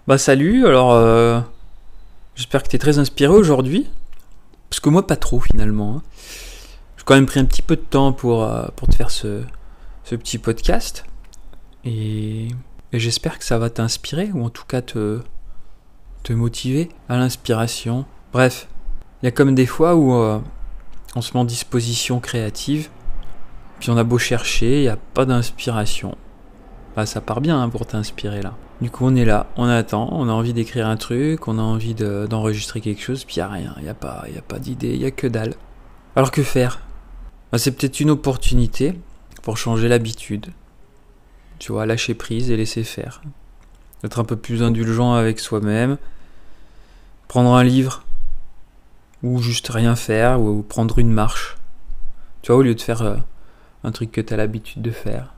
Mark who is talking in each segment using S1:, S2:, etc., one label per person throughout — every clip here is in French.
S1: Bah salut, alors j'espère que t'es très inspiré aujourd'hui, parce que moi pas trop finalement. Hein. J'ai quand même pris un petit peu de temps pour te faire ce petit podcast, et, et j'espère que ça va t'inspirer, ou en tout cas te motiver à l'inspiration. Bref, il y a comme des fois où on se met en disposition créative, puis on a beau chercher, il n'y a pas d'inspiration. Bah ça part bien pour t'inspirer là. Du coup on est là, on attend, on a envie d'écrire un truc, on a envie d'enregistrer quelque chose, puis il n'y a rien, il n'y a pas d'idée, il n'y a que dalle. Alors que faire ? Bah, c'est peut-être une opportunité pour changer l'habitude. Tu vois, lâcher prise et laisser faire. Être un peu plus indulgent avec soi-même. Prendre un livre, ou juste rien faire, ou prendre une marche. Tu vois, au lieu de faire un truc que tu as l'habitude de faire.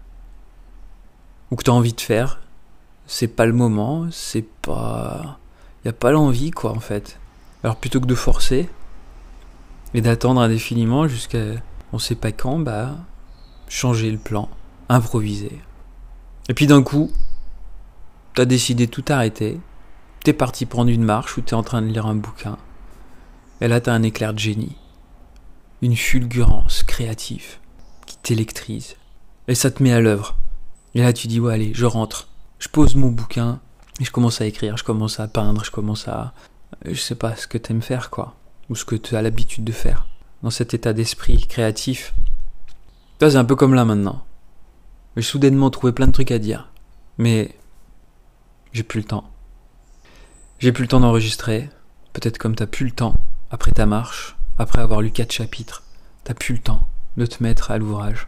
S1: Ou que tu as envie de faire. C'est pas le moment, c'est pas... Y a pas l'envie, quoi, en fait. Alors plutôt que de forcer, et d'attendre indéfiniment jusqu'à on sait pas quand, bah... changer le plan, improviser. Et puis d'un coup, t'as décidé de tout arrêter, t'es parti prendre une marche ou t'es en train de lire un bouquin. Et là t'as un éclair de génie. Une fulgurance créative qui t'électrise. Et ça te met à l'œuvre. Et là tu dis, ouais allez, je rentre. Je pose mon bouquin et je commence à écrire, je commence à peindre, je commence à... Je sais pas ce que t'aimes faire, quoi. Ou ce que tu as l'habitude de faire. Dans cet état d'esprit créatif. Ça, c'est un peu comme là maintenant. J'ai soudainement trouvé plein de trucs à dire. Mais j'ai plus le temps. J'ai plus le temps d'enregistrer. Peut-être comme t'as plus le temps, après ta marche, après avoir lu 4 chapitres, t'as plus le temps de te mettre à l'ouvrage.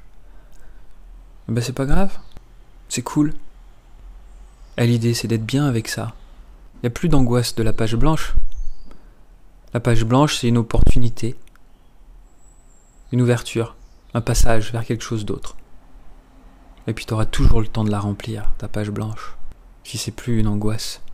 S1: Ben c'est pas grave. C'est cool. Et l'idée, c'est d'être bien avec ça. Il n'y a plus d'angoisse de la page blanche. La page blanche, c'est une opportunité. Une ouverture. Un passage vers quelque chose d'autre. Et puis tu auras toujours le temps de la remplir, ta page blanche. Si c'est plus une angoisse.